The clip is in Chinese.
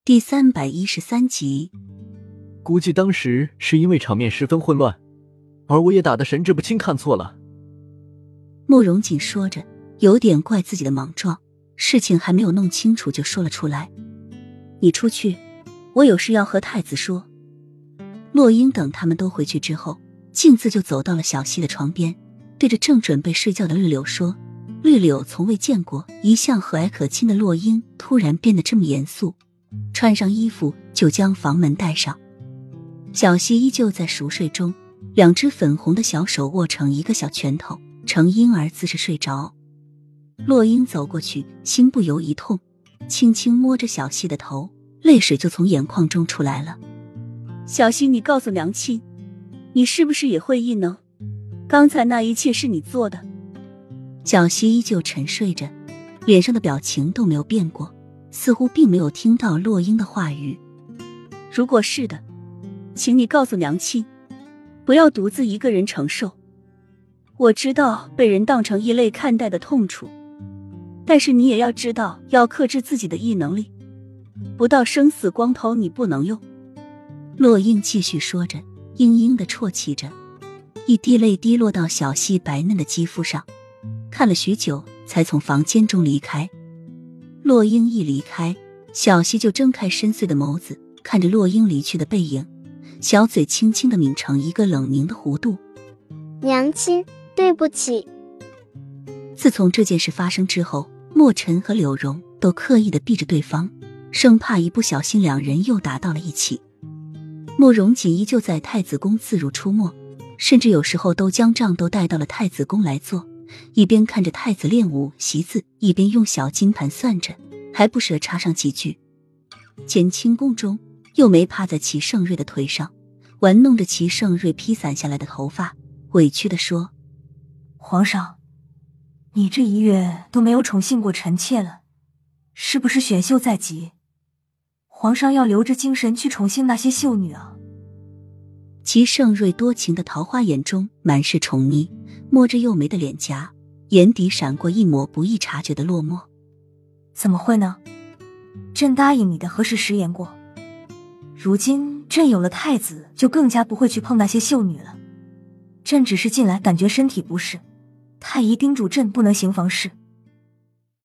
第313集。 估计当时是因为场面十分混乱，而我也打得神志不清，看错了。 慕容锦说着，有点怪自己的莽撞，事情还没有弄清楚就说了出来。你出去，我有事要和太子说。洛英等他们都回去之后，径自就走到了小溪的床边，对着正准备睡觉的绿柳说。绿柳从未见过一向和蔼可亲的洛英突然变得这么严肃，穿上衣服就将房门带上。小溪依旧在熟睡中，两只粉红的小手握成一个小拳头，呈婴儿姿势睡着。洛英走过去，心不由一痛，轻轻摸着小溪的头，泪水就从眼眶中出来了。小溪，你告诉娘亲，你是不是也会意呢？刚才那一切是你做的。小溪依旧沉睡着，脸上的表情都没有变过，似乎并没有听到洛英的话语。如果是的，请你告诉娘亲，不要独自一个人承受。我知道被人当成异类看待的痛楚，但是你也要知道要克制自己的异能力，不到生死关头你不能用。洛英继续说着，嘤嘤地啜泣着，一滴泪滴落到小溪白嫩的肌肤上，看了许久才从房间中离开。洛英一离开，小溪就睁开深邃的眸子，看着洛英离去的背影，小嘴轻轻地抿成一个冷凝的弧度。 娘亲，对不起。 自从这件事发生之后，墨尘和柳荣都刻意地避着对方，生怕一不小心两人又打到了一起。慕容锦依旧在太子宫自如出没，甚至有时候都将账都带到了太子宫来做，一边看着太子练武习字，一边用小金盘算着，还不舍插上几句。简清宫中，幼梅趴在齐盛瑞的腿上，玩弄着齐盛瑞披散下来的头发，委屈地说： 皇上，你这1月都没有宠幸过臣妾了，是不是选秀在即？皇上要留着精神去宠幸那些秀女啊。 齐盛瑞多情的桃花眼中满是宠溺，摸着幼梅的脸颊，眼底闪过一抹不易察觉的落寞。 怎么会呢？朕答应你的何时食言过？如今朕有了太子，就更加不会去碰那些秀女了。朕只是近来感觉身体不适，太医叮嘱朕不能行房事。